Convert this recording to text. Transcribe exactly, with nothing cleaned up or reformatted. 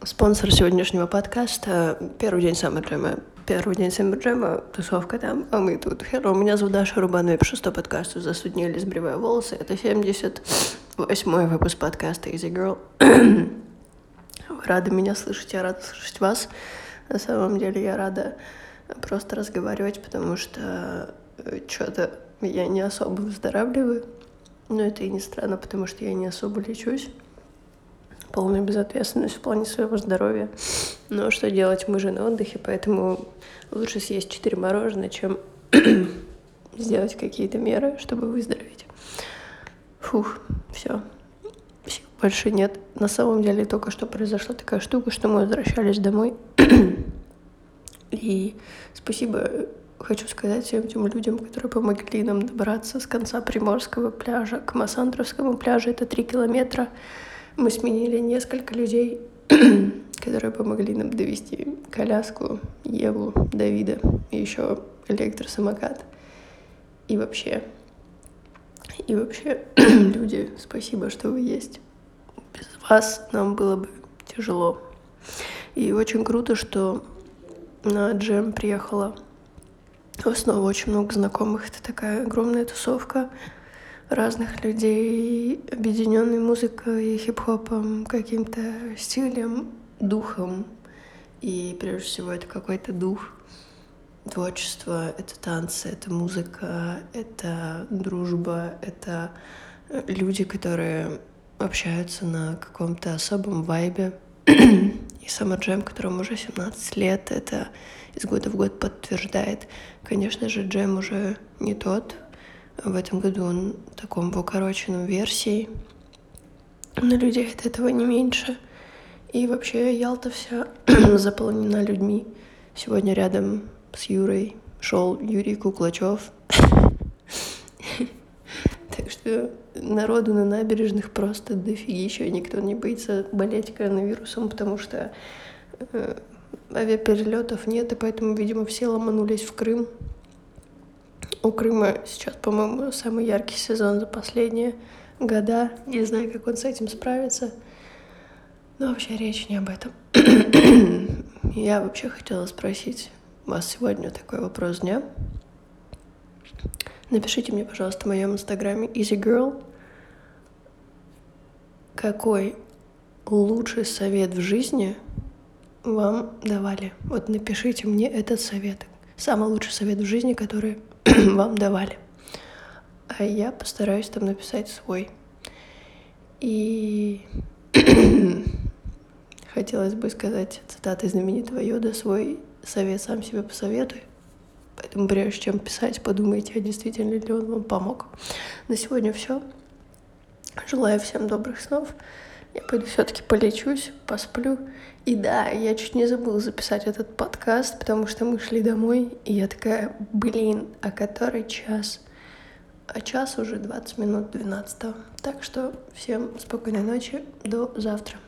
Спонсор сегодняшнего подкаста — первый день Summer Jam. Первый день Summer Jam, тусовка там, а мы тут. Hello, меня зовут Даша Рубанова, я пишу сто подкастов «Засуднили, сбривая волосы». Это семьдесят восьмой выпуск подкаста Easy Girl. Рада меня слышать, я рада слышать вас. На самом деле я рада просто разговаривать, потому что что-то я не особо выздоравливаю. Но это и не странно, потому что я не особо лечусь. Полная безответственность в плане своего здоровья. Но что делать, мы же на отдыхе, поэтому лучше съесть четыре мороженого, чем сделать какие-то меры, чтобы выздороветь. Фух, все. Сил больше нет. На самом деле только что произошла такая штука, что мы возвращались домой. И спасибо хочу сказать всем тем людям, которые помогли нам добраться с конца Приморского пляжа к Массандровскому пляжу. Это три километра. Мы сменили несколько людей, которые помогли нам довести коляску, Еву, Давида и еще электросамокат. И вообще, и вообще, люди, спасибо, что вы есть. Без вас нам было бы тяжело. И очень круто, что на джем приехала снова очень много знакомых. Это такая огромная тусовка разных людей, объединенной музыкой, хип-хопом, каким-то стилем, духом. И прежде всего это какой-то дух, творчество, это танцы, это музыка, это дружба, это люди, которые общаются на каком-то особом вайбе. И Summer Jam, которому уже семнадцать лет, это из года в год подтверждает. Конечно же, джем уже не тот. В этом году он в таком в укороченном версии, но людей от этого не меньше. И вообще Ялта вся заполнена людьми. Сегодня рядом с Юрой шел Юрий Куклачев. Так что народу на набережных просто дофигища. Никто не боится болеть коронавирусом, потому что авиаперелетов нет, и поэтому, видимо, все ломанулись в Крым. У Крыма сейчас, по-моему, самый яркий сезон за последние года. Не знаю, как он с этим справится. Но вообще речь не об этом. Я вообще хотела спросить вас сегодня такой вопрос дня. Напишите мне, пожалуйста, в моем инстаграме EasyGirl, какой лучший совет в жизни вам давали. Вот напишите мне этот совет. Самый лучший совет в жизни, который вам давали. А я постараюсь там написать свой. И хотелось бы сказать цитатой знаменитого Йода: свой совет сам себе посоветуй. Поэтому прежде чем писать, подумайте, а действительно ли он вам помог. На сегодня все. Желаю всем добрых снов. Я пойду все-таки полечусь, посплю. И да, я чуть не забыла записать этот подкаст, потому что мы шли домой, и я такая, блин, а который час? А час уже двадцать минут двенадцатого. Так что всем спокойной ночи, до завтра.